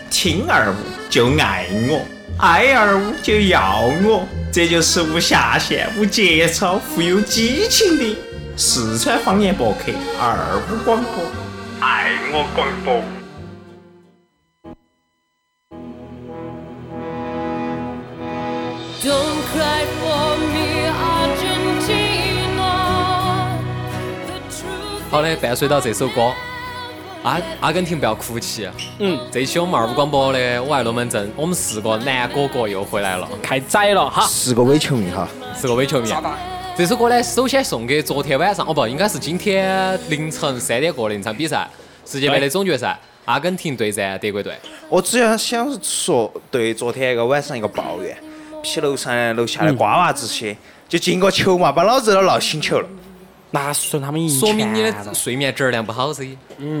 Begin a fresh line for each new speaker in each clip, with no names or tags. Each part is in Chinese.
听二五就爱我，爱二五就要我，这就是无下限、无节操、富有激情的四川方言博客二五广播，爱我广播。
Don't cry for me, Argentina. The truth
好的，伴随到这首歌，阿根廷不要哭泣。这一期我们二五广播的我爱龙门阵，我们4个男哥哥又回来了，
开宰了哈
，10个伪球迷哈
，10个伪球迷。这首歌呢，首先送给昨天晚上，应该是今天凌晨3点过的那场比赛，世界杯的总决赛，阿根廷对战德国队。
我只要想说对昨天一个晚上一个抱怨，批楼上楼下的瓜娃子些，就进个球嘛，把老子都闹醒球了。
那是他们赢
说明你的睡眠质量不好噻。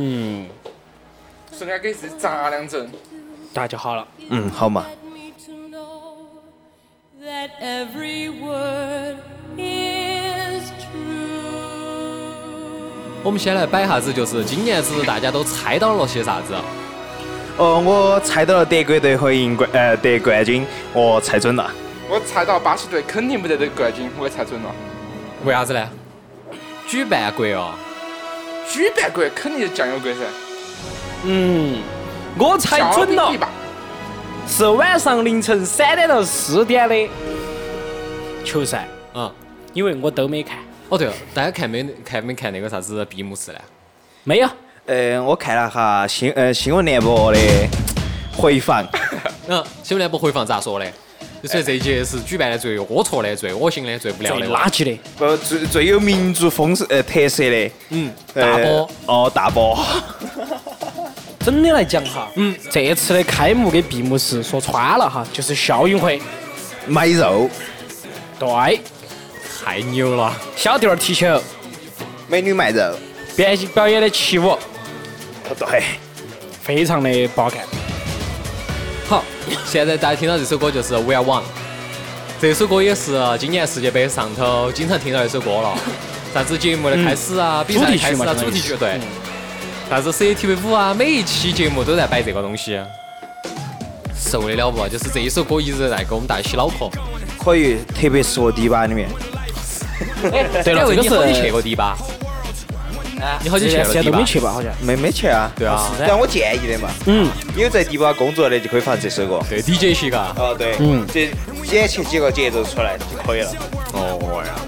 是应该给自己砸2针，
那就好了。
好嘛。
me to know that every word is true.
我们先来摆一下子，就是今年子大家都猜到了些啥子？
我猜到了德国队会得冠军，我猜准了。
我猜到巴西队肯定不得冠军，我也猜准了。
为啥子呢？举办国哦，
举办国肯定是酱油国噻。
我猜准了
小比吧，
是晚上凌晨3点到4点的球赛，因为我都没看。
哦对了，大家看没看那个啥子闭幕式呢？
没有。
我看了哈新闻联播的回放。
新闻联播回放咋说的？就说这一届是举办的最龌龊的、最恶心的、最无聊的、
最垃圾的。
不，最有民族特色的。
大波。
大波。
整的来讲哈，这次的开幕跟闭幕式说穿了哈，就是校运会
卖肉。
对。
太牛了！
小弟儿踢球，
美女卖肉，
表演的起舞，
对，
非常的不好看。
好，现在大家听到这首歌就是 We Are One， 这首歌也是今年世界杯上头经常听到一首歌了。啥子节目的开始啊，比赛的开始啊，主题曲对。啥子 CCTV5啊，每一期节目都在摆这个东西，受得了不？就是这一首歌一直在给我们大家洗脑壳。
可以，特别是我迪吧里面。
对了，这个是
你去过迪吧？你好久去了迪吧？
现在都没去吧？好像
没去啊。
对啊。
但我建议的嘛。有在迪吧工作的就可以放这首歌。
对 DJ 系嘎。
对。这剪起几个节奏出来就可以了。
哦呀。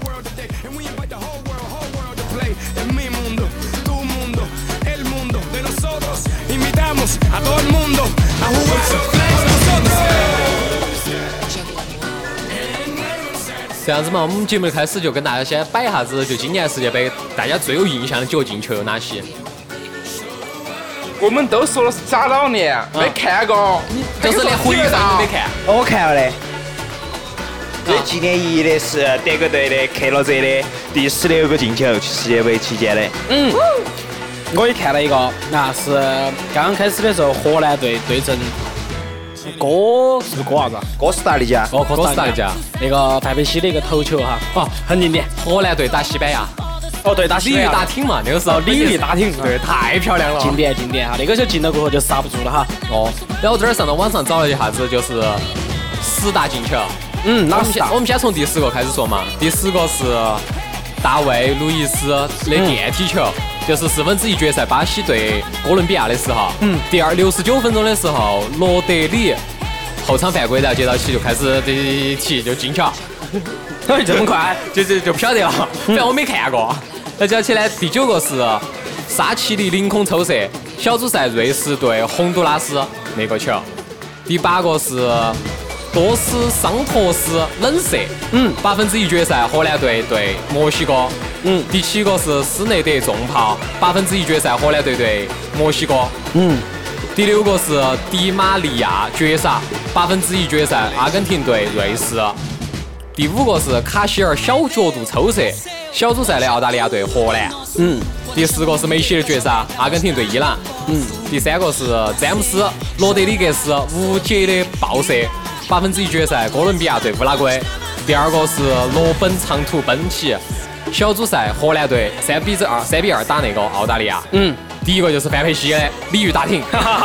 这样子嘛，我们节目的开始就跟大家先摆一下子，就今年世界杯大家最有印象的几个进球有哪些？
我们都说了是渣老年，没看过，
就是连回放都没看。
我看了的。最纪念意义的是德国队的克洛泽的第16个进球，世界杯期间的。
我也看了一个，那是刚刚开始的时候，荷兰队对阵。是不是哥啥子？
哥斯达黎加。
哥斯达黎加。
那个范佩西的一个头球哈，很经典。
荷兰队打西班牙。
对，打西班牙。
鲤鱼打挺嘛，那个时候。
鲤鱼打挺。
对，太漂亮了。
经典哈，那个球进了过后就刹不住了哈。
然后这儿上到网上找了一下子，就是10大进球。我们先从第10个开始说嘛。第10个是大卫·路易斯的电梯球。就是1/4决赛巴西对哥伦比亚的时候，第69分钟的时候，罗德里后场犯规，然后接到起就开始踢就进球，
这么快
就不晓得了，反正我没看过。那接起来第9个是沙奇里凌空抽射，小组赛瑞士对洪都拉斯那个球。第8个是多斯桑托斯冷射，1/8决赛荷兰队对墨西哥。第7个是斯内德重炮，1/8决赛荷兰队对墨西哥。第6个是迪马利亚绝杀，1/8决赛阿根廷对瑞士。第5个是卡希尔小角度抽射，小组赛的澳大利亚对荷兰。第4个是梅西的绝杀，阿根廷对伊朗。第3个是詹姆斯罗德里格斯无节的爆射，1/8决赛哥伦比亚对乌拉圭。第2个是罗本长途奔袭。小组赛荷兰队3-2打那个澳大利亚。第1个就是范佩西的鲤鱼打挺。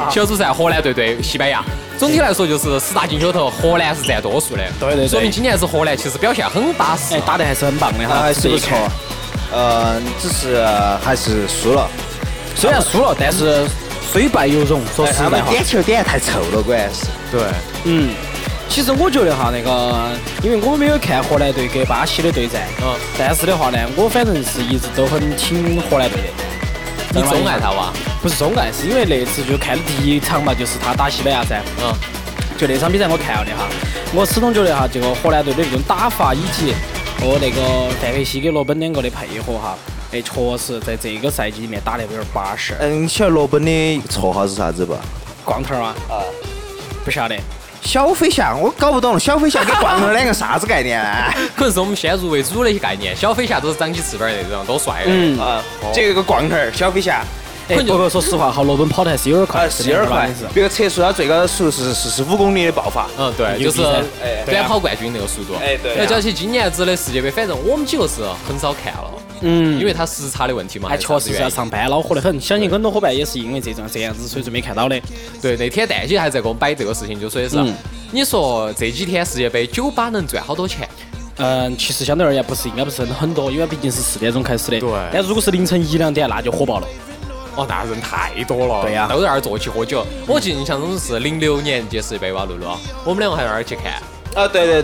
小组赛荷兰队对西班牙。总体来说就是10大进球头，荷兰是占多数的。
对，
说明今年是荷兰其实表现很巴适。
哎，打得还是很棒的哈，
还是不错。只是还是输了。
虽然输了，但是虽败犹荣。说实在话，
点球点得太臭了，关键是。
对，
其实我觉得哈，那个，因为我没有看荷兰队跟巴西的对战，但是的话呢，我反正是一直都很挺荷兰队的。
你钟爱他哇？
不是钟爱，是因为那次就看的第一场嘛，就是他打西班牙噻。就那场比赛我看了的哈，我始终觉得哈，这个荷兰队的这种打法以及和那个范佩西跟罗本两个的配合哈，哎，确实在这个赛季里面打得有点巴适。
你晓得罗本的绰号是啥子不？
光头啊？不晓得。
小飞象，我搞不懂，小飞象跟光头两个啥子概念呢？
可能是我们先入为主的一些概念。小飞侠都是长起翅膀的那种，多帅的。
这个光头小飞象。
不过说实话，哈，罗本跑得还是有点快，
是有点快。别个测出他最高的速度是45公里的爆发。
对，就是短跑冠军那个速度。
对。
要讲起今年子的世界杯，反正我们几个是很少看了。因为它时差的问题嘛。
还确实是要上班，恼火得很。相信很多伙伴也是因为这样子，所以就没看到的。
对，那天蛋姐还在给我们摆这个事情，就说的是，你说这几天世界杯酒吧能赚好多钱？
其实相对而言应该不是很多，因为毕竟是4点钟开始的。
对。
但如果是凌晨1、2点，那就火爆了。
那人太多了。
对呀。
都在那儿坐起喝酒。我记得印象中是06年届世界杯吧，露露，我们两个还在那儿去看。
对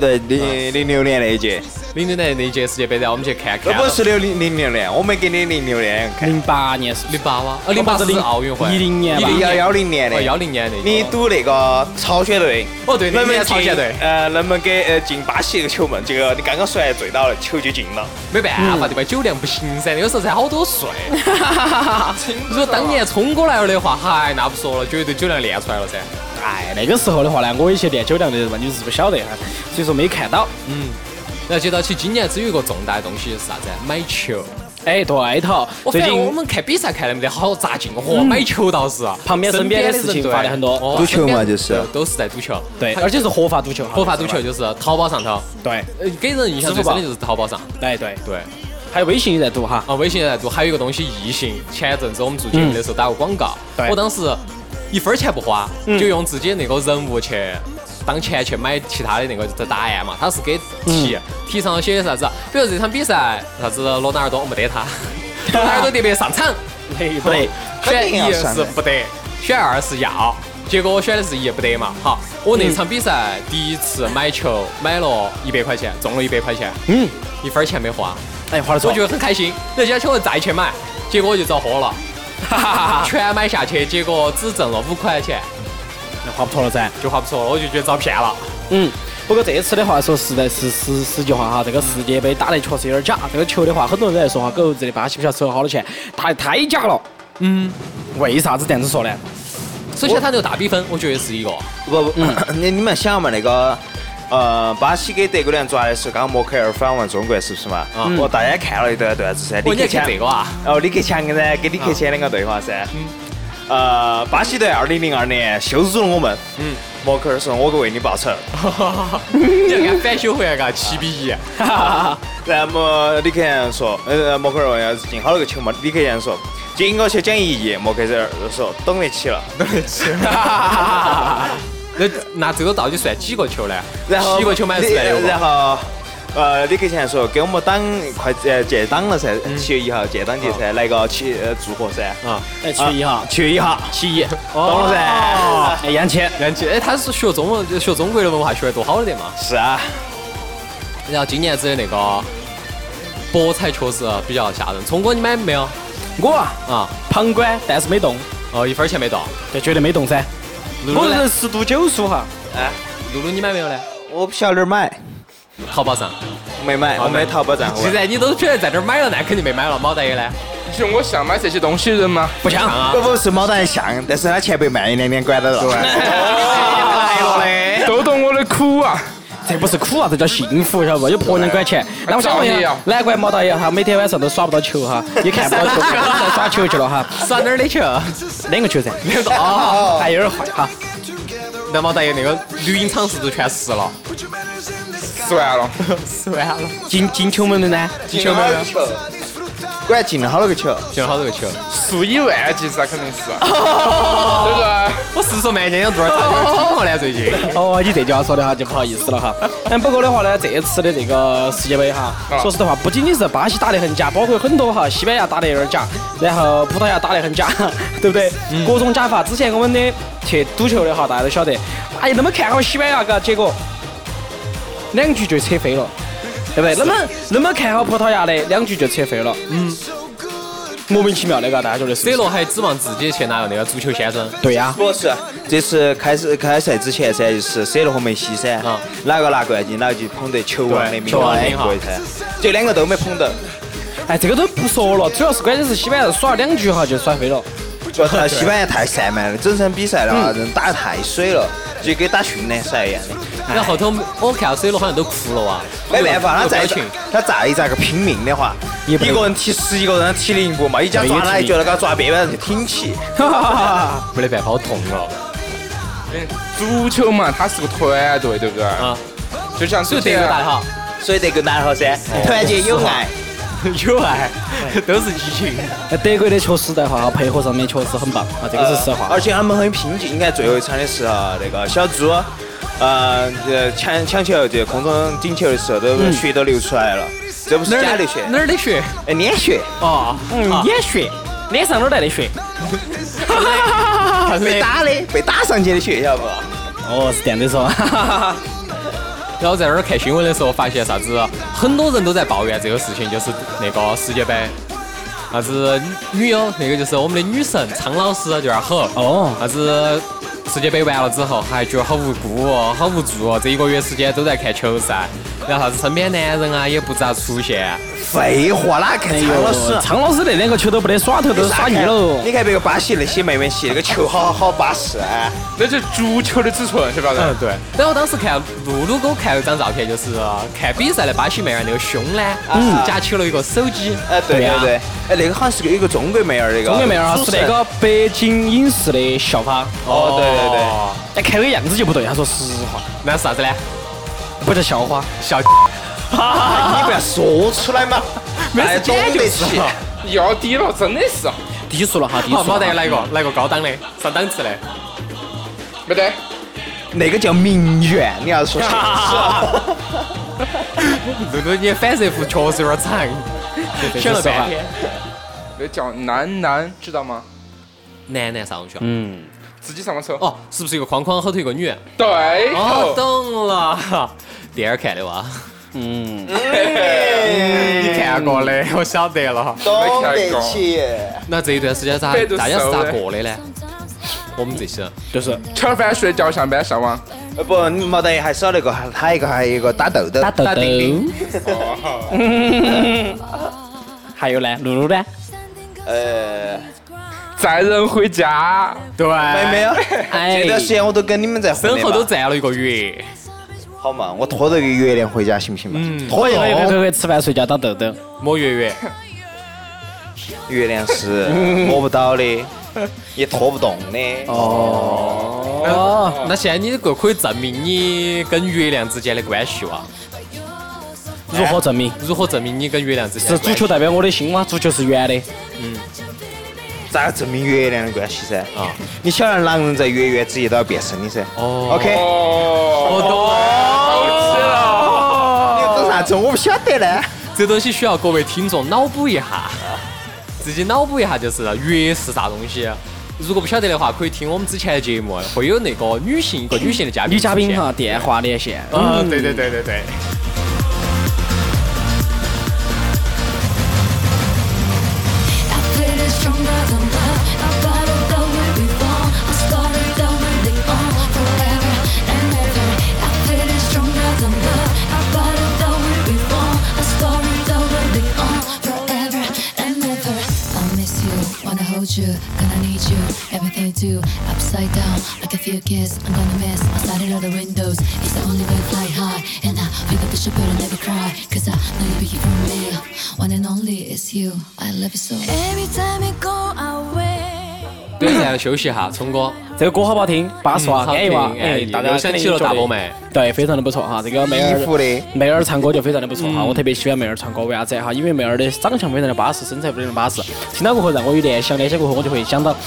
，06年那一届
，06年那一届世界杯，然后我们去看。
不是06年，我没给你06年看。
08年是
08吗？08是奥运会。
10年吧。
10年的。
10年那。
你赌那个朝鲜队？
对，那年朝鲜队。
能不能给进巴西那个球门？结果你刚刚说还醉到了，球就进了。
没办法，对吧？酒量不行噻，那个时候才好多岁。如果当年冲过来了的话，那不说了，绝对酒量练出来了噻。
哎，那个时候的话呢，我一些练酒量的人嘛，你是不晓得哈，所以说没看到。
然后接到起今年只有一个重大的东西是啥子？买球。
哎，对头。
最近我们看比赛看得没得好扎劲，买球倒是。
旁边身边的事情发的很多。
赌球嘛，就是
都是在赌球。
对，而且是合法赌球。
合法赌球就是淘宝上头。
对。
给人印象最深的就是淘宝上。
对。还有微信也在赌哈。
微信也在赌，还有一个东西易信。前阵子我们做节目的时候打过广告，我当时1分钱不花，就用自己那个人物去当钱去买其他的那个答案嘛。他是给题上写的啥子？比如这场比赛啥子罗纳尔多没得他，罗纳尔多特别上场，
不得，
选1是不得，选2是要。结果我选的是1不得嘛。好，我那场比赛第一次买球买了100块钱，中了100块钱，1分钱没花。
哎，花了错，
我觉得很开心。人家球再去买，结果我就遭豁了。全买下去，结果只挣了5块钱，
那花不脱了噻，
就花不脱了，我就觉得遭骗了。
不过这次的话说实在是实际话哈，这个世界杯打得确实有点假。这个球的话，很多人在说哈，狗子的巴西不晓得收了好多钱，打得太假了。为啥子这样子说呢？
首先他那个大比分，我觉得是一个。
不，你们想嘛，那个。巴西跟德国队抓的时候，刚刚默克尔访问中国是不是嘛？大家看了一段子噻。
李克强这个啊？
李克强跟李克强两个对话噻。巴西队2002年羞辱了我们。默克尔说：“我为你报仇。”
你要给他反修回来个7-1。
然后李克强说：“默克尔问要是进好了个球嘛？”李克强说：“进过去讲1亿。”默克尔说：“懂得起了，懂得起。”
那这个到底算几个球呢？
然后
7个球买6个。
然后李克强说给我们党快建党了噻，7月1号建党节噻，来个祝贺噻。
7月1号
，7月1号
，7·1，
懂了噻。
杨千，
他是学中国的文化学得多好的嘛？
是啊。
然后今年子的那个博彩确实比较吓人。聪哥你买没有？
我旁观，但是没动。
1分钱没动？
对，绝对没动噻。我是10赌9输哈。
露露你买没有呢？
我不晓得哪儿买。
淘宝上
没买，我没淘宝账户。
既然你都觉得在这儿买了，那肯定没买了。毛大爷呢？
你说我像买这些东西的人吗？
不像啊，
不是毛大爷像，但是他钱被慢1-2年管到了。
都懂我的苦啊！
这不是苦啊，这叫幸福，晓得不？有婆娘管钱。那我想问一下，难怪毛大爷哈每天晚上都耍不到球哈，也看不到球，在耍球去了哈。
耍哪儿的球
？2个球噻。
2个
还有点坏哈。
那毛大爷那个绿茵场是不是全湿了？
湿完了。
进球门的呢？
进球门的。
果然进了好多个球，
进了好多个球。
数以万计噻，肯定是。对不对？
我说慢点，肚儿长点紧了呢，最近。
哦，你这句话说的哈就不好意思了哈。不过的话呢，这次的这个世界杯哈，说实的话，不仅仅是巴西打得很假，包括很多哈，西班牙打得有点假，然后葡萄牙打得很假，对不对？各种假法。之前我们的去赌球的哈，大家都晓得，哎呀，那么看好西班牙嘎，结果2局就扯飞了，对不对？那么看好葡萄牙的2局就扯飞了，莫名其妙的嘎，大家觉得是
C 罗还指望自己去拿那个足球先生。
对呀，
不是，这次开赛之前噻，就是 C 罗和梅西噻，哪个拿冠军，哪个就捧得球王的名号噻，这2个都没捧到。
哎，这个都不说了，主要是关键是西班牙耍了2局哈就耍飞了。
主要是西班牙太散漫了，整场比赛的话，人打得太水了，就跟打训练赛一样的。
然后后头我看到 C 罗好像都哭了哇，
没办法，他再
群，
他再咋个拼命的话，一个人踢11个人踢0步嘛，一脚抓他一脚，那个抓别人去挺起，
没得办法，好痛了。
足球嘛，它是个团队，对不对？
啊，
就像
所以德国打得好，
所以德国打得好噻，团结友爱。
有爱，都是激情。
德国的确实的话，配合上面确实很棒啊，这个是实话。
而且他们很拼劲，你看最后一场的时候，那个小猪，抢球就空中顶球的时候，都血都流出来了，这不是假的血，
哪儿的血？
哎，脸血。
哦，
眼血，脸上哪儿带的血？
被打上去的血，晓得不？
哦，是这样的说。
然后在那儿看新闻的时候，发现啥子，很多人都在抱怨这个事情，就是那个世界杯，啥子女友，那个就是我们的女神苍老师就要吼，啥子世界杯完了之后还觉得好无辜哦，好无助哦，这1个月时间都在看球赛，然后啥子身边男人啊也不咋出现。
废话，哪看苍老师？
苍老师那2个球都不得耍头，都耍腻了。
你看别个巴西那些妹妹戏，那个球好巴适啊！
那是足球的尺寸，是不是？
对。然后当时看露露给我看了一张照片，就是看比赛的巴西妹儿那个胸呢，夹起了一个手机。
对。哎，那个好像是一个中国妹儿，那个
中国妹儿是那个北京影视的校花。
哦，对。
哎，看那个样子就不对，他说实话。
那是啥子呢？
不叫校花，
校。
你不要说出来嘛，
没懂得起，
要低了，真的是
低俗了哈，低俗。
好，来个高档的，上档次的，
没得。
那个叫名媛，你要说清楚。
露露，你反射弧确实有点长，
选了3天。
那叫男，知道吗？
男上去。
自己上网搜。
哦，是不是一个框框后头一个女？
对。
哦，懂了。电影看的哇。你看过的，我晓得了。
懂得起。
那这一段时间大家是咋过的呢？我们这些
就是
吃饭、睡觉、上班、上网。
不，你没得，还少那个，还有一个打豆豆。
打豆豆。还有呢，露露呢？
载人回家。
对。
没有。这段时间我都跟你们在
身后都站了1个月。
好嘛，我拖着个月亮回家行不行嘛？
拖一个吃饭睡觉打豆豆，
摸月月。
月亮是摸不到的，也拖不动的。
哦。那现在你可以证明你跟月亮之间的关系哇？
如何证明？
如何证明你跟月亮之间？
是足球代表我的心吗？足球是圆的。
咋证明月亮的关系噻？你晓得狼人在月圆之夜都要变身的噻。OK。
我懂了。
你懂啥子？我不晓得呢。
这东西需要各位听众脑补一下，自己脑补一下，就是月是啥东西。如果不晓得的话，可以听我们之前的节目，会有那个一个女性的嘉宾。
女嘉宾哈，电话连线。
对。
Gonna need you, everything you do, upside down, like a few kids, I'm gonna miss, outside of the windows, it's the only way to fly high, and I feel like you better never cry, cause I know you'll be here for me, one and only is you, I love you so. Every time you go away.
短暂休息一下，聪哥，
这个歌好不好听？巴适哇，安逸哇，大家
想起了大波妹，
对，非常的不错哈。这个妹儿唱歌就非常的不错哈，我特别喜欢妹儿唱歌，为啥子哈？因为妹儿的长相非常的巴适，身材非常的巴适，听到过后让我有联想过后，我就会想到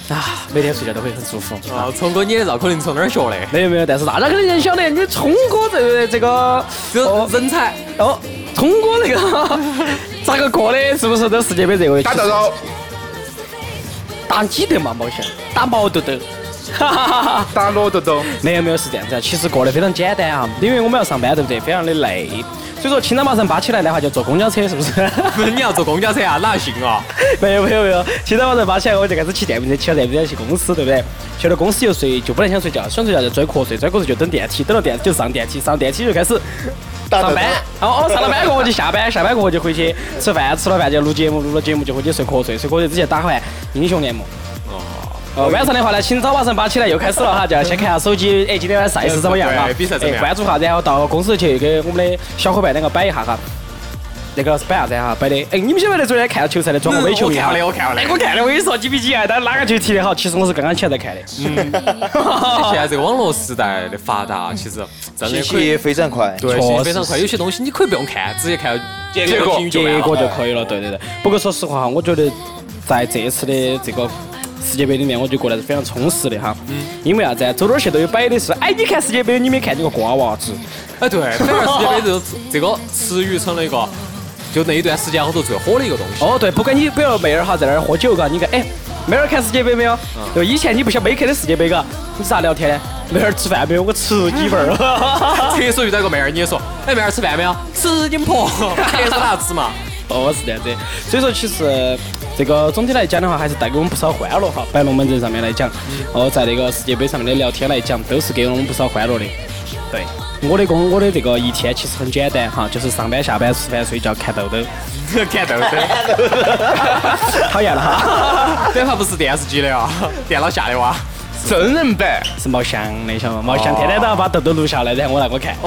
啊，每天睡觉都会很舒服。
哦，聪哥，你的绕口令从哪儿学的？
没有，但是大家肯定晓得，你聪哥这个
人才
哦，聪哥这个咋个过的？是不是都世界杯这个？
打豆豆，
打几德嘛？毛线？打毛豆豆。
打罗豆豆。
没有，是这样子。其实过得非常简单啊，因为我们要上班，对不对？非常的累。所以说，清早马上爬起来的话，就坐公交车，是不是？
你要坐公交车啊？哪行啊？
没有，清早马上爬起来，我就开始骑电瓶车，骑到电瓶车去公司，对不对？去了公司又睡，就不能想睡觉，想睡觉就追瞌睡就等电梯，等到电梯就上电梯，上电梯就开始上班。哦，上了班过后就下班，下班过后就回去吃饭，吃了饭就录节目，录了节目就回去睡瞌睡之前打完英雄联盟。晚上的话呢，清早马上爬起来又开始了哈，就要先看下手机，今天晚上赛事怎么样啊？
比赛怎么样？
关注下，然后到公司去给我们的小伙伴两个摆一下哈。那个是摆啥子哈？摆的，你们晓不晓得昨天看球赛的转播微球迷？
我看了。
我看了，我跟你说几比几啊？但哪个球踢得好？其实我是刚刚起来在看的。
现在这个网络时代的发达，其实真的可以
非常快。
对，信息非常快。有些东西你可以不用看，直接看结果
就可以了。对。不过说实话哈，我觉得在这次的这个世界杯里面，我就过得是非常充实的哈。因为啥子？走哪儿去都有摆的是，你看世界杯，你没看这个瓜娃子。
对，反而世界杯这个词语成了一个，就那一段时间后头最火的一个东西。
对，不管你比如妹儿哈在那儿喝酒嘎，你看妹儿看世界杯没有？对，以前你不晓得没看的世界杯嘎，你咋聊天呢？妹儿吃饭没有？我吃几份儿。
厕所遇到个妹儿，你也说，妹儿吃饭没有？吃你婆，厕所哪吃嘛？
是这样子。所以说，其实这个总体来讲的话，还是带给我们不少欢乐哈。摆龙门阵上面来讲，在那个世界杯上面的聊天来讲，都是给我们不少欢乐的。对，我的这个一天其实很简单哈，就是上班、下班、吃饭、睡觉、看豆豆。
看豆豆，
讨厌了哈。
这还不是电视机的啊，电脑下的哇。
真人版
是毛翔的，晓得吗？毛翔天天都要把豆豆录下来，然后我让我看。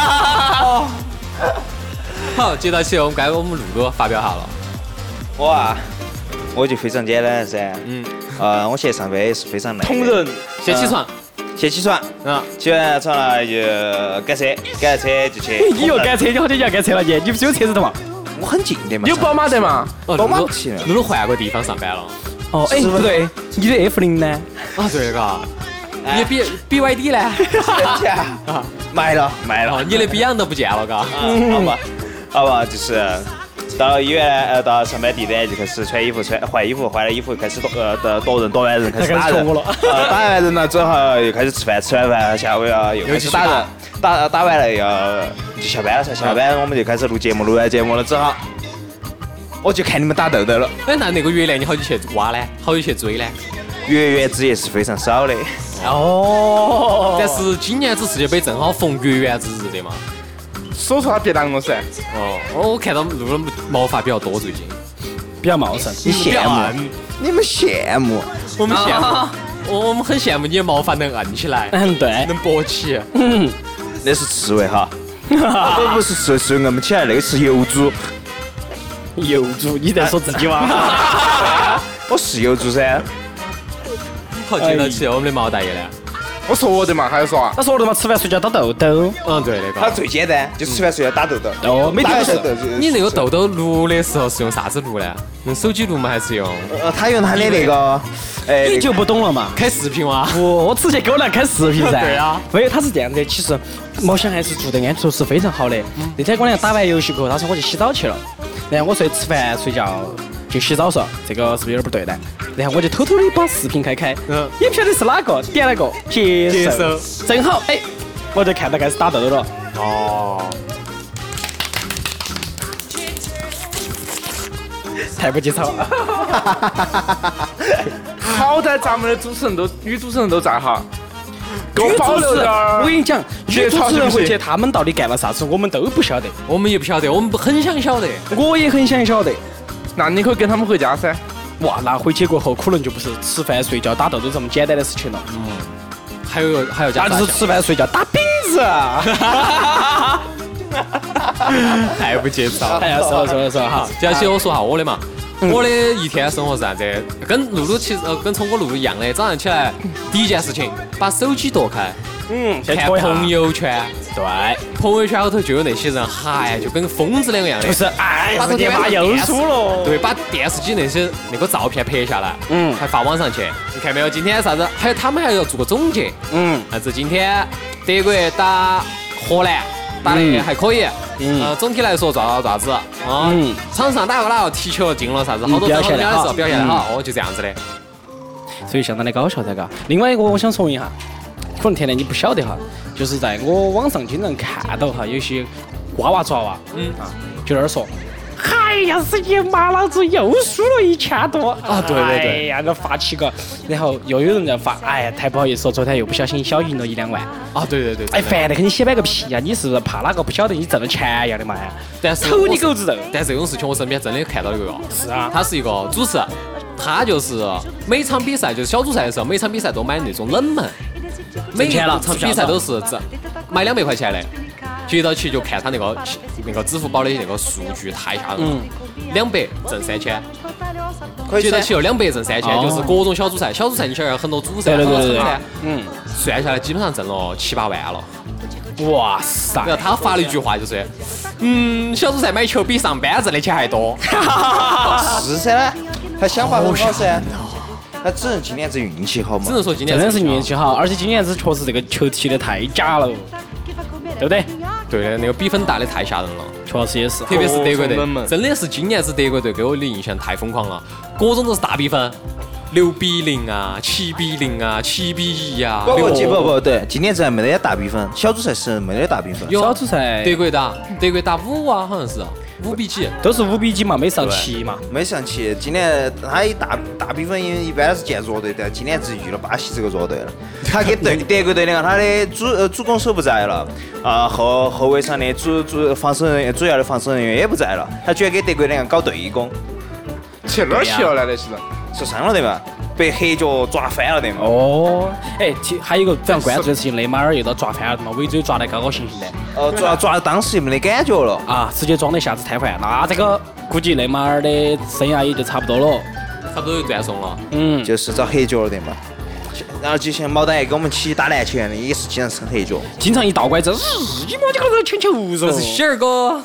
好，接到起我们该我们露露发表下了。
我就非常简单噻。我现在上班也是非常累。
捅人，
先起床，
起完床了就赶车就去。
你又赶车，你好久就要赶车了？你不是有车子的嘛？
我很近的嘛。
有宝马的嘛？
宝马不行。
露露换个地方上班了。
不对，你的 F0呢？
对嘎。你的 BYD 呢？
卖了。
你的 Beyond 都不见了嘎。
好吧，就是到医院到上班地点就开始换衣服，换了衣服开始夺完人，开始打人。打完人了之后又开始吃饭，吃完饭下午又开始打人，打完了就下班了噻。下班我们就开始录节目，录完节目了之后，我就看你们打豆豆了。
那个月亮你好久去挖呢？好久去追呢？
月圆之夜是非常少的。
但是今年子世界杯正好逢月圆之日的嘛。
说出他别当我噻。
我看到露露毛发比较多，最近
比较茂盛。
你羡慕？你们羡慕？
我们羡慕。我们很羡慕你的毛发能硬起来。
对。
能勃起。
那是刺猬哈。不是刺猬，是硬不起来，那个是油猪。
油猪？你在说自己吗？
我是油猪噻。
好，接到起我们的毛大爷呢？
我说的嘛，还要说啊？
他说的嘛，吃饭睡觉打豆豆。
对那个。
他最简单，就是吃饭睡觉打豆豆。
每天都是。
你那个豆豆录的时候是用啥子录呢？用手机录吗？还是用？
他用他的那个。
你就不懂了嘛？
开视频吗？
不，我直接给我来开视频噻。
对啊。
没有，他是这样的，其实毛翔还是做的安全措施非常好的。那天我俩打完游戏过后，他说我去洗澡去了，然后我说吃饭睡觉就洗澡说，这个是不是有点不对呢？然后我就偷偷的把视频开，也不晓得是哪个点了个接受，正好我就看到开始打豆豆了。太不节操了。
好歹咱们的女主持人都在哈，给我保留点儿。
我跟你讲，女主持人回去他们到底干了啥子，我们都不晓得。
我们也不晓得，我们很想晓得。
我也很想晓得。
那你可以跟他们回家噻。
哇，那回去过后可能就不是吃饭睡觉打豆豆这么简单的事情了。
还要加。
那就是吃饭睡觉打饼子。
太不节操。
说哈。
接下去我说下我的嘛。我的一天生活是啥子？跟露露其实跟聪哥露露一样的，早上起来第一件事情把手机夺开，看朋友圈。对。 朋友圈后头就有那些人，嗨，就跟疯子两个样的，
就是哎呀，
把昨天晚上
又输了。
对，把电视机那个照片拍下来，还发网上去。你看没有？今天啥子？还有他们还要做个总结，啥子？今天德国打荷兰打得还可以，总体来说咋子？场上哪个踢球进了啥子？好多表现的好，表现得好，就这样子的。
所以相当的搞笑噻，嘎。另外一个我想说一下，可能天天你不晓得哈，就是在我网上经常看到哈，有些娃娃抓娃，就在那儿说。哎呀，世界马老子又输了1000多啊！对，哎呀，我发起个，然后又有人在发，哎呀，太不好意思了，昨天又不小心小赢了1-2万
啊！对，
哎，烦得很，你写摆个屁呀！你是不是怕哪个不晓得你挣了钱一样的嘛？
但是
偷你狗子肉！
但是这种事情我身边真的看到一个，
是啊，
他是一个主持，他就是每场比赛就是小组赛的时候，每场比赛都买那种冷门，每一场比赛都是买200块钱的。接到起就看他那个支付宝的那个数据太吓人了，200挣3000，接到起又200挣3000，就是各种小组赛你晓得很多组赛，很多场噻，算下来基本上挣了7-8万了。
哇塞！
然后他发了一句话就是，小组赛买球比上班挣的钱还多。
是噻，他想法很好噻。他只能今年子运气好嘛？
只能说今年
真的是运气好，而且今年子确实这个球踢得太假了，对不对？
对的，那个比分大的太吓人了，
确实也是。
特别是德国队，真的是今年子德国队给我的印象太疯狂了，各种都是大比分，6-0啊，7-0啊，7-1啊。
不对，今年子还没得大比分，小组赛是没得大比分。
小组赛
德国打5啊，好像是5比几，
都是5比几嘛，没上7嘛。
没上7，今年他大比分一般是见弱队的，今年只遇了巴西这个弱队了。他跟德国队两个，他的主攻手不在了，后卫上的主要的防守人员也不在了，他居然给德国两个搞对攻。
去哪儿去了呢？那是
受伤了对吧？被黑脚抓翻了对吗？
哦，哎，还有一个非常关注的事情，内马尔又到抓翻了嘛，尾椎抓得高高兴兴的。
抓当时就没得感觉了
啊，直接装的下肢瘫痪，那这个估计内马尔的生涯也就差不多了，
差不多就断送了。
就是遭黑脚了对嘛？然后就像毛蛋也跟我们起打篮球一样的，也是经常生黑脚，
经常一倒拐子，你妈这个全球
这是喜儿哥。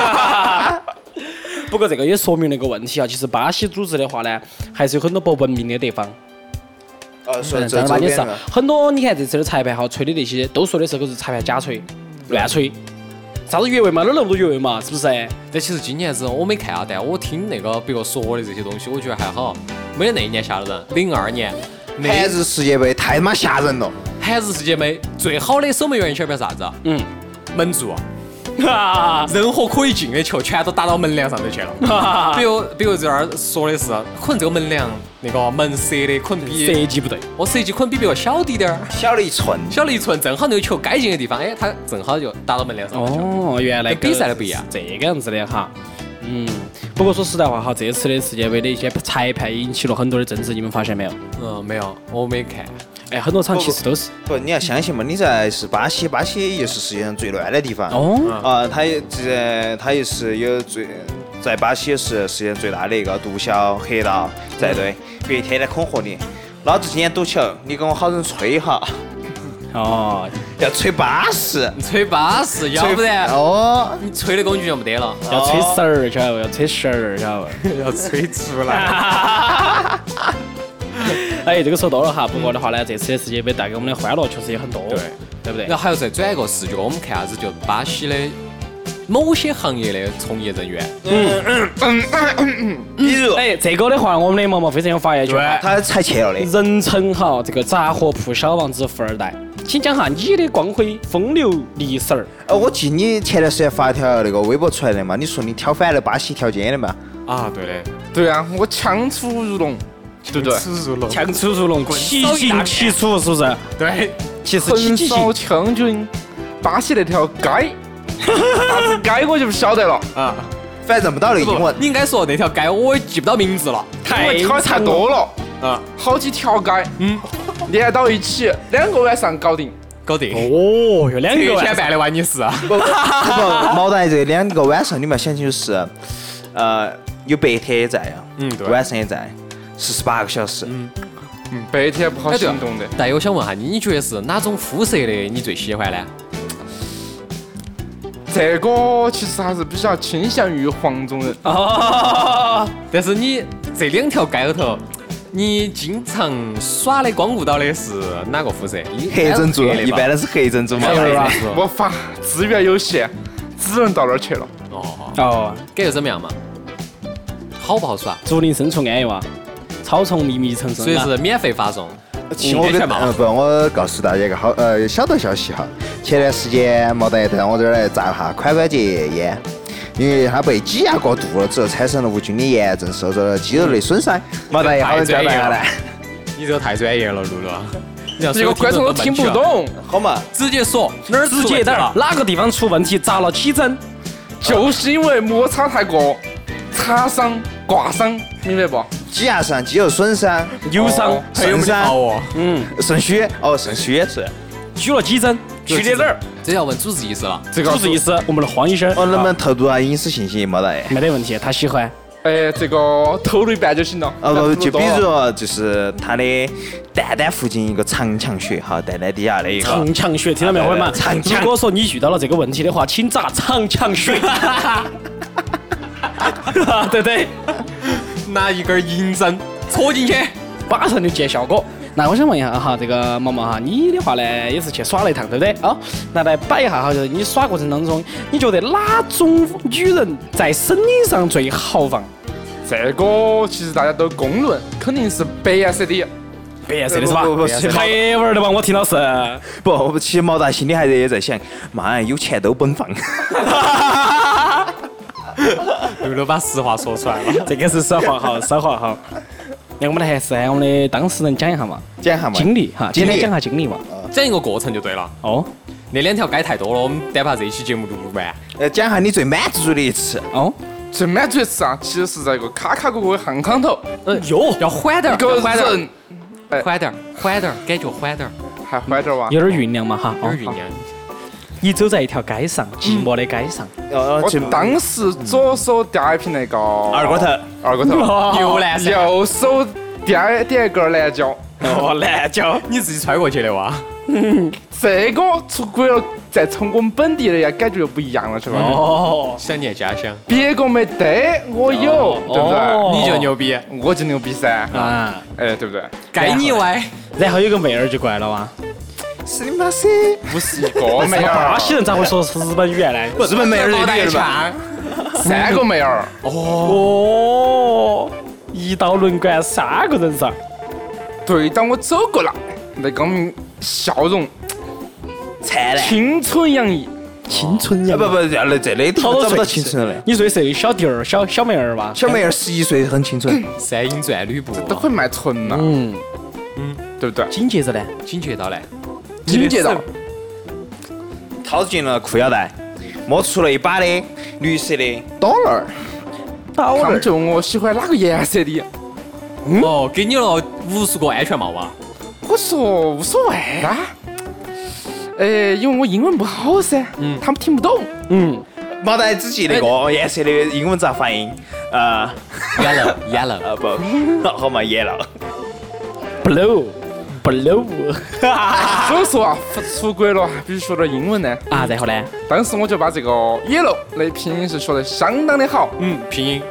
不过这个也说明了一个问题啊，其实巴西组织的话呢，还是有很多不文明的地方。
正
儿八经是很多。你看这次的裁判哈，吹的那些都说的是都是裁判假吹、乱吹。啥子越位嘛，哪那么多越位嘛，是不是？
但其实今年子我没看啊，但我听那个别个说的这些东西，我觉得还好，没得那一年吓人。02年
韩日世界杯太他妈吓人了。
韩日世界杯最好的守门员你晓得啥子？门柱。任何可以进的球全都打到门梁上头去了。比如这儿说的是，可能这个门梁那个门设的可能比
设计不对，
设计可能比别个小滴点儿，
小了1寸，
正好那个球该进的地方，哎，它正好就打到门梁上。
哦，原来
比赛的不一样，
这个样子的哈。不过说实在话哈，这次的世界杯的一些裁判引起了很多的争执，你们发现没有？
没有，我没看。
哎，很多场其实都是
不，你要相信嘛，你在是巴西也是世界上最乱的地方。它也是有在巴西是世界上最大的一个毒枭黑道战队，别人天天恐吓你，老子今天赌球，你跟我好生吹哈。要吹80，
吹80，要不然你吹的工具就没得了，
要吹10，晓得不？要吹12，晓得不？
要吹出来。
哎，这个说多了哈。不过的话呢，这次的世界杯带给我们的欢乐确实也很多，对不对？
然后还要再转一个视角，我们看啥子？就巴西的某些行业的从业人员。
比如，
这个的话，我们的毛毛非常有发言权，
他才去了的。
人称哈这个杂货铺小王子富二代，请讲下你的光辉风流历史。
我记你前段时间发一条那个微博出来的嘛，你说你挑反了巴西条件的嘛？
对的。
对啊，我强出如龙。对不对？
强出如龙，奇进奇出，是不是？
对，
其实
横扫将军，巴西那条街，啥子街我就不晓得了啊。
反正认不到那个英文。
你应该说那条街我也记不到名字了，
因为挑太多了啊，好几条街，连到一起2个晚上搞定。
哦，
有2个晚上
办的完你是？
不，毛蛋这2个晚上你们要想清楚是，有白天也在呀，
对，
晚上也在。48个小时，
白天不好行动的。
但我想问下你，你觉得是哪种肤色的你最喜欢呢？
这个其实还是比较倾向于黄种人。
但是你这2条街里头，你经常耍的光顾到的是哪个肤色？
黑珍珠，一般都是黑珍珠嘛。
没法，资源有限，只能到那儿去了。
哦，
感觉怎么样嘛？好不好耍？
竹林深处安逸哇，草丛密密层层。
所以是免费发送。
我告诉大家一个小道消息哈，前段时间毛大爷到我这儿来扎了下髋关节炎，因为他被挤压过度了之后产生了无菌的炎症，受到了肌肉的损伤。毛大爷好交代了，
你这个太专业了，露露。
这个观众都听不懂，
好嘛，
直接说哪儿
直接点儿，哪个地方出问题，扎了起针，
就是因为摩擦太过，擦伤、刮伤，明白不？
挤压伤、肌肉损伤、
扭伤、
肾伤、肾虚，肾虚也是。
举了几针，去的哪儿？
这要问主治医师了。
这个主治医师，我们的黄医生。
能不能透露下隐私信息？毛大爷？
没得问题，他喜欢。
这个透露一半就行了。
就比如就是他的蛋蛋附近一个长强穴，哈，蛋蛋底下的一个
长强穴，听到没有，伙伴们？如果说你遇到了这个问题的话，请扎长强穴。对对。
拿一根银针戳进去，
马上就见效果。那我想问一下哈，这个毛毛哈，你的话呢也是去耍了一趟，对不对？啊，那来摆一下哈，就是你耍过程当中，你觉得哪种女人在声音上最豪放？
这个其实大家都公论，肯定是白颜色的。
白颜色的是吧？
不
黑纹的吧？我听到是。
不，其实毛大心里还也在想，妈呀，有钱都奔放。
露露把实话说出来了，
这个是实话哈，实话哈。那我们还是我们的当事人讲一下嘛，
讲一下嘛，
经历哈，今天讲下经历嘛，
讲一个过程就对了。
哦，
那2条街太多了，我们得把这一期节目录完。
讲下你最满足的一次。
哦，
最满足的一次啊，其实是在一个卡卡角角的巷巷头。
哟，
要缓点，
一个人，
缓点，感觉缓点，
还缓点哇，
有点酝酿嘛哈，
有点酝酿。
你走在一条街上，寂寞的街上。
我当时左手叼一瓶那个
二锅头，
牛栏山，
右手点一根蓝椒。
蓝椒，
你自己揣过去的哇？
这个出国了，再从我们本地的呀，感觉又不一样了，是吧？
哦，想念家乡。
别个没得，我有，对不对？
你就牛逼，
我就牛逼噻。
啊，
对不对？
该你歪。
然后有个妹儿就过来了哇。
是你妈噻！
不是一个妹儿，
巴西人咋会说日本语言呢？
日本妹儿的吧
？3个妹儿。
哦，一道轮管3个人噻。
对，当我走过来，那个笑容
灿烂，
青春洋溢。
青春洋溢
不，这里头找不到青春了。
你说的是小弟儿、小妹儿吧？
小妹儿11岁很青春。
三英转吕布
都可以卖唇了。对不对？
紧接着呢？
紧接到呢？
紧接着
掏进了裤腰带，摸出了一把的绿色的刀刃。
他们就问我喜欢哪个颜色的。
哦，给你了无数个安全帽吧？
我说无所谓啊。因为我英文不好噻，他们听不懂。
毛大爷只记那个颜色的英文咋发音
？yellow
不，好嘛 yellow。
blue。
所以说啊，出国了必须学点英文呢。
啊，然后呢？
当时我就把这个 yellow 的拼音是学得相当的好。
拼音。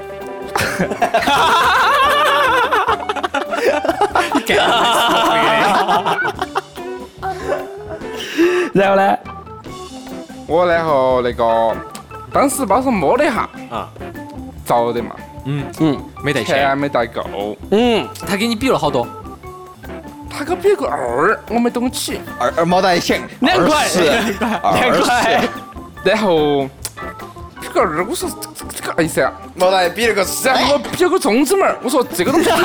然后呢？
然后那个当时包上摸了一下
啊，
着的嘛。
没带钱，
钱没带够。
他给你比了好多。
他给我比个2，我没懂起。
二毛大爷想
2块，2块。
然后比个2，我说这个意思啊。
毛大爷比了个，
然后我比了个中指门，我说这个东西。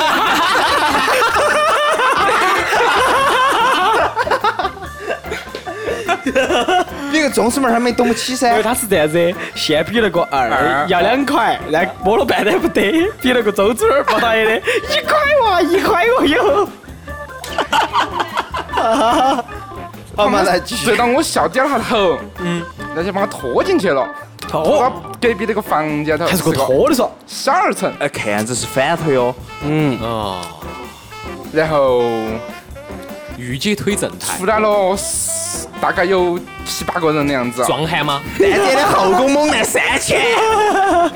比个中指门还没懂不起噻。
因为他是这样子，先比了个2，要2块，然后摸了半天不得，比了个中指门，毛大爷的1块哇，1块我有。
好嘛，来继续。
对到我笑点了下头，那就把他拖进去了，拖到隔壁那个房间头，
还是个拖的说，
小2层，
看样子是反头哟。
然后
御姐推正台
出来了，大概有7、8个人的样子。
壮汉吗？
蛋姐的后宫猛男3000。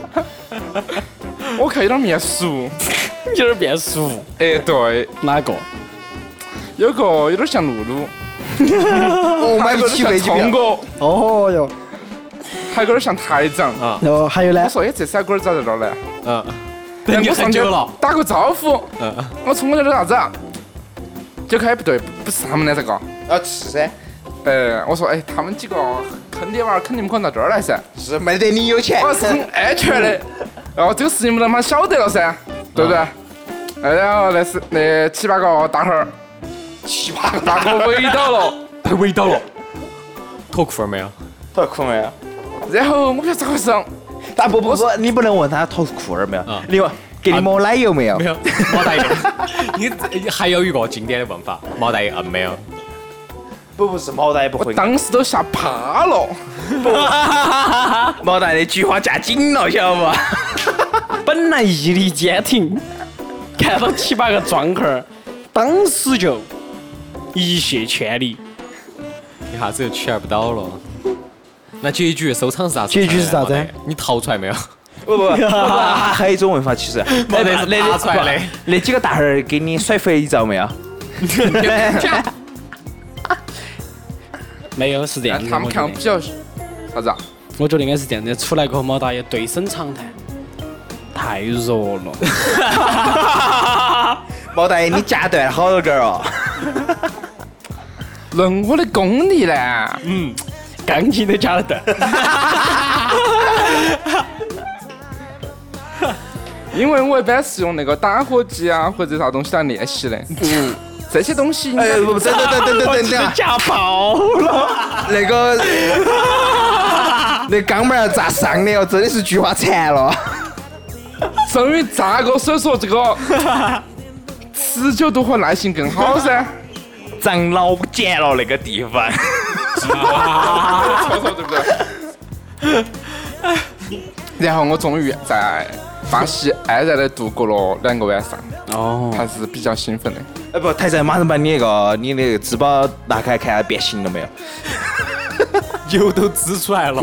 我看有点面熟，
有点变熟。
哎，对，
哪个？
有个有点像露露，
我买不起飞机票。
聪哥，
哦哟。
还有点像台长啊。
然后还有呢
我？说，哎，这3个人咋在这儿呢？
嗯，等你很久了。
打个招呼。
嗯，
我聪哥这是啥子啊？就看不对，不是他们的这个。
是噻，
我说，哎，他们几个坑爹娃儿肯定不可能到这儿来噻。
是没得你有钱。
我是很安全的。然后这个事情不他妈晓得了噻，对不对？然后那7、8个大汉儿
7、8个
大汉儿围到了，
围到了。脱裤儿没有？
脱裤没有？
然后我不晓得咋回事。
不，你不能问他脱裤儿没有？你问给你抹奶油没有？
没有，毛大爷。你还有一个经典的问法，毛大爷没有。
不是毛大爷不
我
会。
当时都吓趴了。
毛大爷的菊花夹紧了，晓得不？
本来毅力坚挺，看到7、8个壮汉儿，当时就一泻千里。
一下子就取而不到了。那结局收场是啥子？
结局是啥子？
你逃出来没有？
不，还有一种问法，其实
爬出来的。
那几个大汉儿给你甩肥皂没有？
没有，是这样子。
他们看我比较啥子啊？
我觉得应该是这样子。出来过后，毛大爷对声长谈，太弱了。
毛大爷，你夹断好多根儿哦。
论我的功力呢？
钢琴都夹得断。
因为我一般是用那个打火机啊或者啥东西来练习的。这些东西。
哎，不，等，
夹爆了。
那肛门要咋上的哦？真的是菊花残了。
终于炸过，所以说这个持久度和耐性更好噻。
长老茧了那个地方。
错，对不对？然后我终于在巴西安然的度过了2个晚上。
哦，
还是比较兴奋的。
不，台长马上把你那个支宝拿开看下变形了没有？
油都支出来了。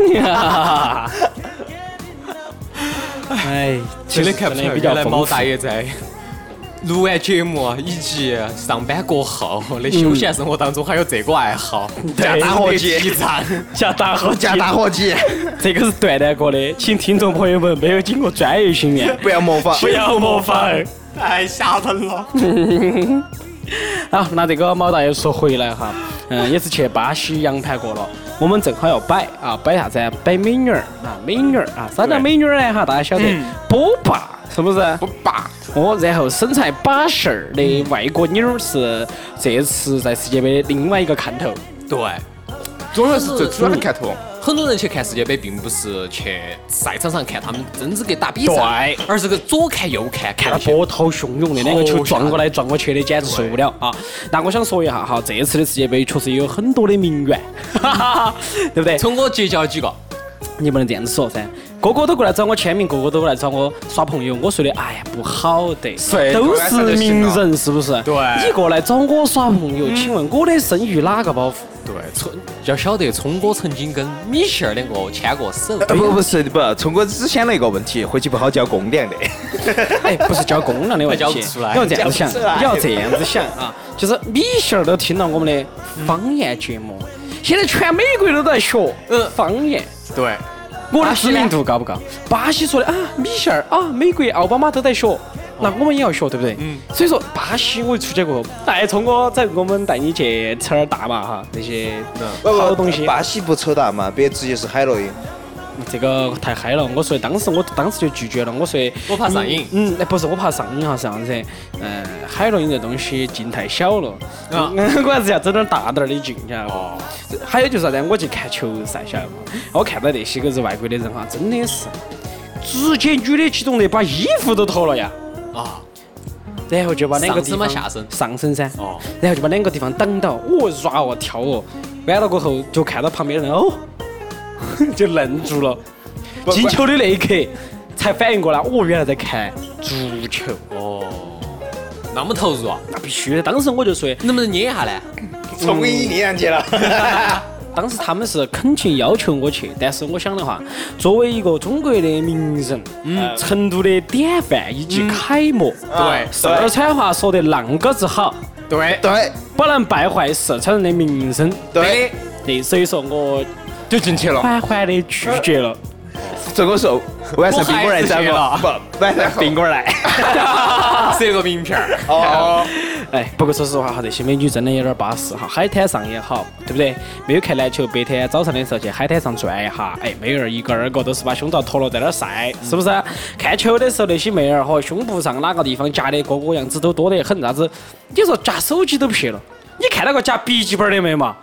哎，
真的看不出来，
比较
原来毛大爷在录完节目以及上班过后的休闲生活当中还有这个爱好，
夹打火机，
夹打火机，这个是锻炼过的，请听众朋友们没有经过专业训练，
不要模仿，
太吓人了。
好，那这个毛大爷说回来哈，也是去巴西洋盘过了。我们正好要摆啥子？摆美女儿啊，啥叫美女儿呢？哈，大家晓得，波霸是不是？
波霸。
然后身材巴适儿的外国妞儿是这次在世界杯的另外一个看头。
对，
主要是最主要的看头。
很多人去看世界杯，并不是去赛场上看他们真资格打比赛，而是个左看右看，
看到波涛汹涌的，2个球撞过来撞过去的，简直受不了啊！那我想说一下哈，这次的世界杯确实有很多的名媛，对不对？
从我结交了几个，
你不能这样子说噻，个个都过来找我签名，个个都过来找我耍朋友，我说的哎呀不好的，都是名人是不是？
对，
你过来找我耍朋友，请问我的声誉哪个保护？
对，要晓得聪哥曾经跟米歇尔2个牵过手。
不是，聪哥只想了一个问题，回去不好交公粮的。
哎，不是交公粮的问题，你要这样子想，你要这样子想啊，就是米歇尔都听了我们的方言节目，现在全美国都在学方言。
对，
我的知名度高不高？巴西说的啊，米歇尔啊，美国奥巴马都在学。那我们也要学，对不对？所以说巴西我一出去过后，哎，聪哥，我们带你去吃点大麻哈，那些好东西。
巴西不抽大麻，别直接是海洛因。
这个太嗨了，我说当时就拒绝了，我说
我怕上瘾。
不是我怕上瘾哈，是这样子。海洛因这东西劲太小了，我还是要整点大点的劲，晓得不？还有就是啥子？我去看球赛，晓得不？我看到那些个是外国的人哈，真的是直接女的激动的把衣服都脱了呀！然后就把2个地方上身噻，然后就把2个地方挡到，抓跳哦，完了过后就看到旁边的人哦，就愣住了。进球的那一刻才反应过来，原来在看足球。
那么投入啊？
那必须的。当时我就说，
能不能捏一下呢？
终于捏上去了。
当时他们是恳切要求我去，但是我想的话，作为一个中国的名人，成都的典范以及楷模，
对，
四川话说的啷个子好，
对，
不能败坏四川人的名声。
对，
所以说我
就进去了。
缓缓的拒绝了。
这个时候晚上宾馆来找
我
我，不，晚上宾馆来，
设个名片儿。
哦，
哎，不过说实话哈，这些美女真的有点巴适哈，海滩上也好，对不对？没有看篮球，白天早上的时候去海滩上转一下，哎，妹儿一个二个都是把胸罩脱了在那儿晒，是不是？看球的时候那些妹儿和胸部上哪个地方夹的个样子都多得很，啥子？你说夹手机都撇了，你看到个夹笔记本的没嘛？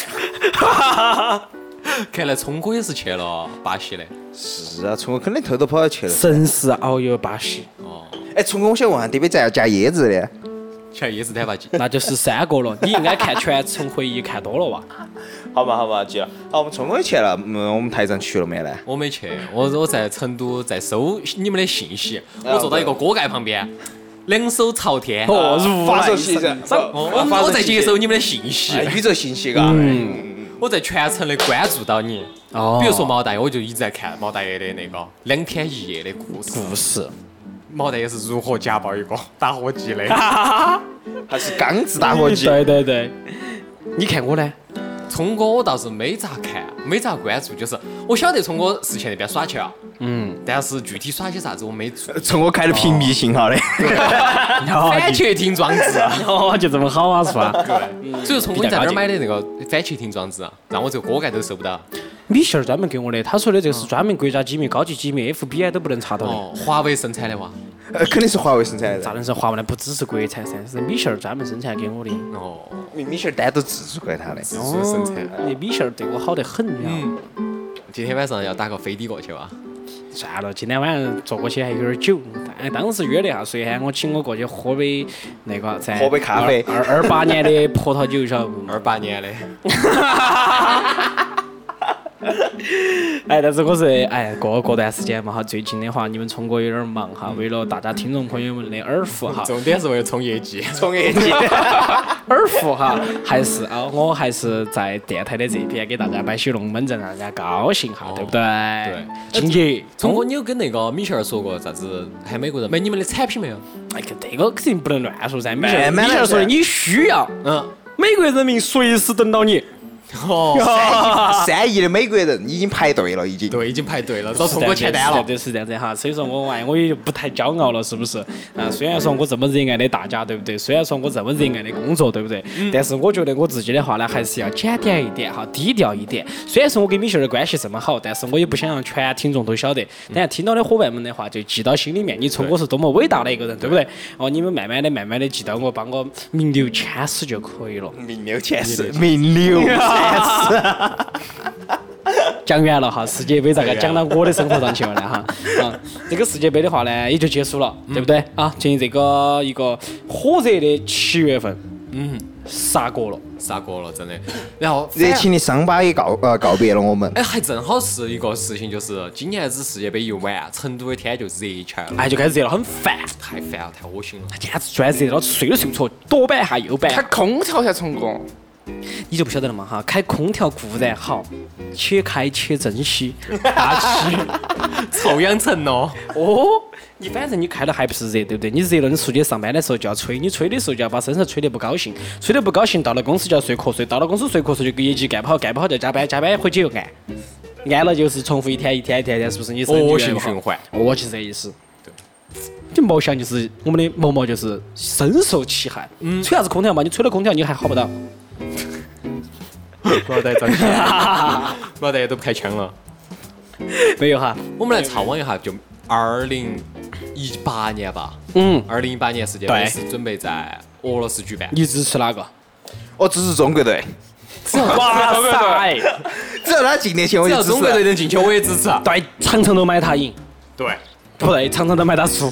看来聪哥也是去了巴西的。
是啊，聪哥肯定偷偷跑去了。
神是遨游巴西，
哎，聪哥，我想问下，这边咋要加椰子的？
全椰子摊吧机。
那就是3个了。你应该看《全程回忆》看多了哇？
好嘛，记了。好，我们聪哥也去了，我们台长去了没呢？
我没去，我在成都在搜你们的信息，我坐到一个锅盖旁边，两手朝天，
发手信息，
我在接收你们的信息，
宇宙信息嘎。
我在全程的关注到你。
哦
比如说毛大爷，我就一直在看毛大爷的那个2天1夜的故事。毛大爷是如何家暴一个打火机的？
还是钢制打火机？
对，你看我呢？
聪哥我倒是没咋看，没咋关注，就是我晓得聪哥是去那边耍去了，但是具体耍些啥子我没做。
聪哥开的屏蔽信号的，
反窃听装置，
哦，就这么好啊，是吧？
对。所以聪哥你在哪儿买的那个反窃听装置啊？让我这个锅盖都收不到。
米线儿专门给我的，他说的这个是专门国家机密、高级机密 ，FBI 都不能查到的。
哦，华为生产的哇？
肯定是华为生产的。
咋能是华为呢？不只是国产噻，是米线儿专门生产给我的。
哦，
米线单独制作给他的。
自主生产。
那米线儿对我好得很呀。
今天晚上要打个飞的过去哇？
算了，今天晚上坐过去还有点久。当时约了一下，谁喊我请我过去喝杯那个噻？
喝杯咖啡。
28年的葡萄酒，晓得不
？28年的。
哎，但是我是过段时间嘛哈，最近的话你们聪哥有点忙哈，为了大家听众朋友们的耳福哈，
重点是为了冲业绩，
耳福哈，我还是在电台的这边给大家摆些龙门阵，让大家高兴哈，对不对？
对，
敬业。
聪哥，你有跟那个米线儿说过啥子？喊美国人买你们的产品没有？
哎，这个肯定不能乱说噻，米线儿说的你需要，美国人民随时等到你。
哦
，3亿的美国人已经排队了，已经
排队了，找聪哥签单了。
是这样子哈，所以说我也就不太骄傲了，是不是？啊，虽然说我这么热爱的大家，对不对？虽然说我这么热爱的工作，对不对？但是我觉得我自己的话呢，还是要检点一点哈，低调一点。虽然说我跟米线的关系这么好，但是我也不想让全听众都晓得。等下听到的伙伴们的话，就记到心里面，你聪哥是多么伟大的一个人，对不对？哦，你们慢慢的记到我，帮我名留千史就可以了。
名留千史，名留。
讲完了哈，世界杯咋个讲到我的生活上去了呢哈？这个世界杯的话呢，也就结束了，对不对啊？进入这个一个火热的7月份，杀过了，真的。然后
热情的伤疤也告别了我们。
哎，还正好是一个事情，就是今年子世界杯一完，成都的天就热起来了。
哎，就开始热了，很烦，
太烦了，太恶心了。
简直专热了，睡都睡不着，左摆一下右摆。
开空调才成功。
你就不晓得了嘛哈，开空调固然好，且开且珍惜，大气
臭氧层哦。
你反正你开了还不是热，对不对？你热了，你出去上班的时候就要吹，你吹的时候就要把身上吹得不高兴，吹得不高兴，到了公司就要睡瞌睡，到了公司睡瞌睡就业绩干不好，干不好就加班，加班回去又按了就是重复一天，是不是？你
恶性循环，
就是这意思。就毛翔就是我们的毛就是深受其害。吹啥子空调嘛？你吹了空调你还好不到。
毛大爷长气，毛大爷都不开枪了。
没有哈，
我们来畅望一下，就2018年吧。2018年世界杯是准备在俄罗斯举办。
你支持哪个？
我支持中国队。
哇塞！
只要他进得去，我就支持。
只要中国队能进去，我也支持。
对，场场都买他赢。
对，
不对，场场都买他输。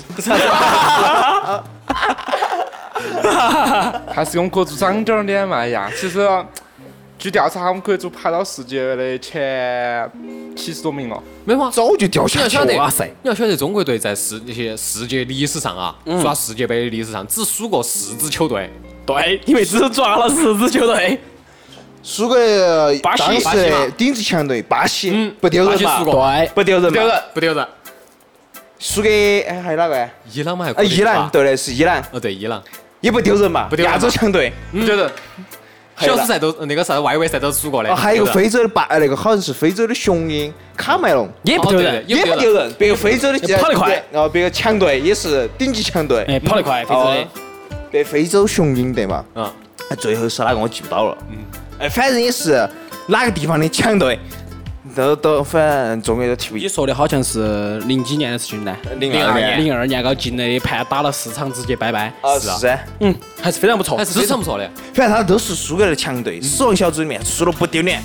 还是用国足长点脸嘛呀！其实据调查，我们国足排到世界的前70多名了。
没有吗？
早就掉下去了。
哇塞！
你要晓得，中国队在那些世界历史上啊，抓世界杯的历史上只输过4支球队。
对，因为只抓了4支球队。
输给
巴西
当时的顶级强队巴西，不丢人嘛？
巴西输过
对，
不丢人嘛？
不丢人。
输给还有哪个？
伊朗嘛还
伊朗，对的是伊朗，
哦对，伊朗
也不丢人嘛？
不丢人嘛
亚洲强队，
不丢人。
小组赛都那个啥外围赛都输过的。
还有一个非洲的那个好像是非洲的雄鹰卡麦隆，
也不丢人，
也不丢人。别个非洲的
跑得快，
然后别个强队也是顶级强队，
哎，跑得快，非洲的。
对，非洲雄鹰对嘛？
嗯，
最后是哪个我记不到了。哎，反正也是哪个地方的强队，都反正中国都踢不赢。
你说的好像是零几年的事情呢
02年
，02年搞进的盘打了4场，直接拜拜。
是噻，
还是非常不错，
还是非常不错的。
反正他都是输给了强队，死亡小组里面输了不丢脸。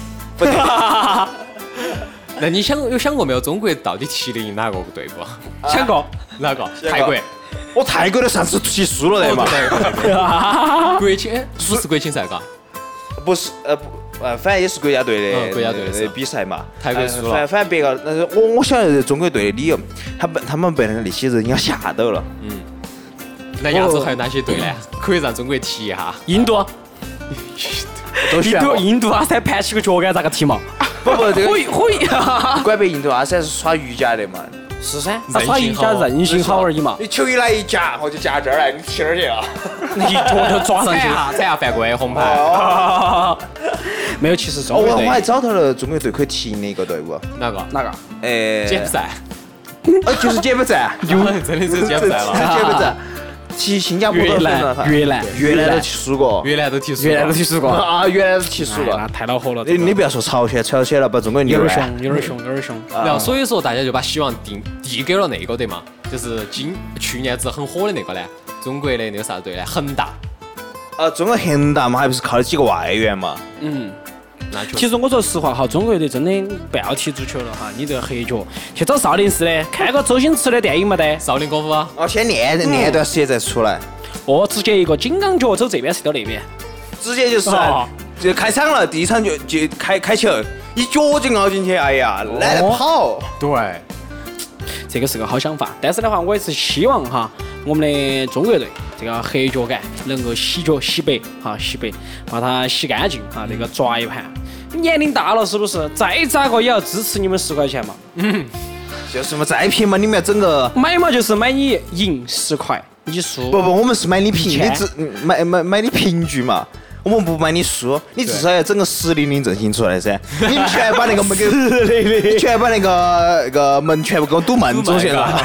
那你有想过没有，中国到底踢得赢哪个队不？
想过
哪个？泰国。
我泰国的上次踢输了的嘛。
国青不是国青赛嘎？
不是反正也是国家队的
国家队的
比赛嘛。
泰国输了。
反正别个，但是我晓得中国队的理由，他们被那些人要吓到了。
那亚洲还有哪些队呢？可以让中国踢一下？
印度，
都选过
印度阿三盘起个脚杆咋个踢嘛？
不，这个
会，
拐北印度阿三是耍瑜伽的嘛。
是噻，他耍瑜伽韧性好而已嘛。
你球一来一夹，我就夹这儿来，你踢哪儿去了？
你一脚就抓上去了，
踩下犯规红牌。
没有，其实中国队
我还找到了中国队可以踢赢的一个队伍。
哪个？
柬
埔寨。
就是柬埔寨。
真的是柬埔寨了。
柬埔寨。踢新加坡都
越南
都踢输过，
越南都踢输过
啊！越南都踢输过，
那太恼火了。
你不要说朝鲜了，把中国人
有点凶。
然后所以说大家就把希望递给了那个队嘛，就是去年子很火的那个呢，中国的那个啥队呢，恒大。
中国恒大嘛，还不是靠了几个外援嘛？
其实我说实话哈，中国队真的不要踢足球了哈，你这个黑脚去找少林寺的，看个周星驰的电影没得？
少林功夫啊？
先练一段时间再出来。
直接一个金刚脚走这边射到那边，
直接就是就开场了，第一场就开球，一脚就凹进去，哎呀，懒得跑。
对，
这个是个好想法，但是的话，我也是希望哈，我们的中国队这个黑脚杆能够洗脚洗白，把它洗干净哈，这个抓一盘。年龄大了是不是？再咋个也要支持你们10块钱嘛。
就是嘛，再拼嘛，你们要整个
买嘛，就是买你赢10块，你输。
不，我们是买你平，买你平局嘛。我们不买你输，你至少要整个10-0阵型出来噻。你全把那个门给你全把那个门全部给我堵闷住去了。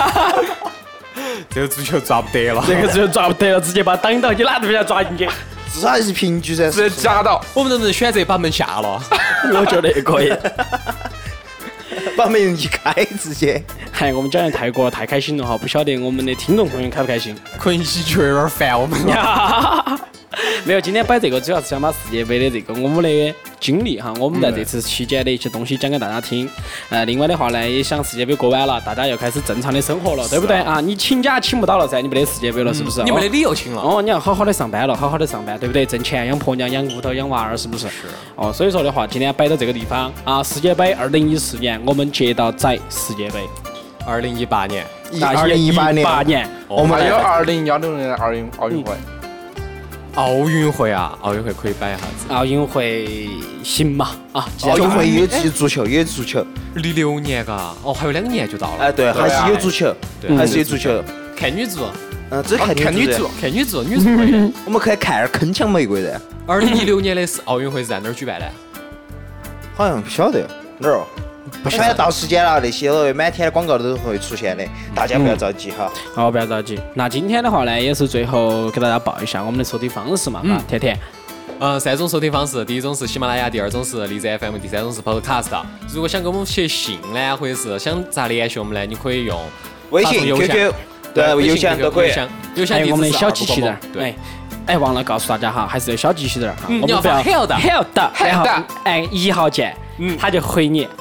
这个足球抓不得了，
直接把挡到，你哪都不想抓进去。
至少还是平局噻，
直接夹到。
我们能不能选择把门下了？
我觉得也可以。
把门一开直接。
嗨，我们讲的泰国太开心了哈，不晓得我们的听众朋友开不开心？
可能一起就有点烦我们了。
没有，今天摆这个主要是想把世界杯的这个我们的经历哈，我们在这次期间的一些东西讲给大家听。另外的话呢，也想世界杯过完了，大家又开始正常的生活了，对不对啊？你请假请不到了噻，你没得世界杯了，是不是？
你没得理由请了。
哦，你要好好的上班了，好好的上班，对不对？挣钱养婆娘、养屋头、养娃儿，是不是？是。哦，所以说的话，今天摆到这个地方啊，世界杯2014年我们接到载世界杯
，2018年
，2018年，
我们还有2016年的奥运会。
奥运会啊，奥运会可以摆一下子。
奥运会行嘛啊，
奥运会有足球
，16年嘎，还有2年就到了。
哎，对，还是有足球，还是有足球。
看女足，
只看女足
可以。
我们可以看铿锵玫瑰的。
2016年的奥运会是在哪儿举办的？
好像不晓得哪儿。反正到时间了，那些满天的广告都会出现的，大家不要着急哈。
不要着急。那今天的话呢，也是最后给大家报一下我们的收听方式嘛，甜甜。
3种收听方式，第一种是喜马拉雅，第二种是荔枝 FM， 第三种是 Podcast。如果想跟我们写信呢，或者是想咋联系我们呢，你可以用
微信、QQ， 对，邮箱都可以。
邮箱
还有我们的小机器人，对。哎，忘了告诉大家哈，还是有小机器人哈，我们不要
held，
然后1号键，他就回你。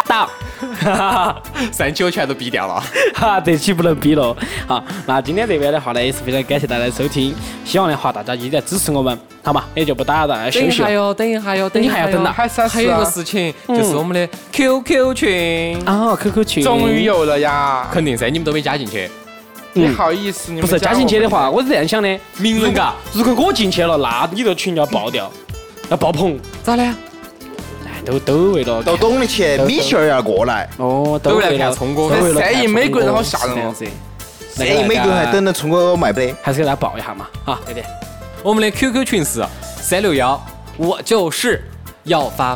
倒。
39全都逼掉了。
哈，这期不能比了。好，那今天这边的话呢，也是非常感谢大家的收听，希望的话大家依然支持我们，好嘛？也就不打扰休息了。
等一下哟，
你还要等呐？
还有一个事情，就是我们的 QQ 群
啊，QQ 群
终于有了呀！
肯定噻，你们都没加进去。
你好意思？你
不是加进去的话，我是这样想的，
名人嘎，
如果我进去了，那你的群要爆掉，要爆棚，
咋的？
都为了
都懂得起，米线儿要过来。
哦，
都来看聪哥。
这
3亿美国人好吓人哦
！3亿美国人还等着聪哥卖不得，
还是给大家报一下嘛。啊，对的。
我们的 QQ 群是361，我就是要发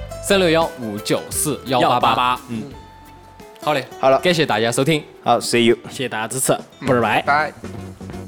361-594-188。好嘞，
好了，
感谢大家收听，
好 ，See you，
谢谢大家支持，拜拜。
拜。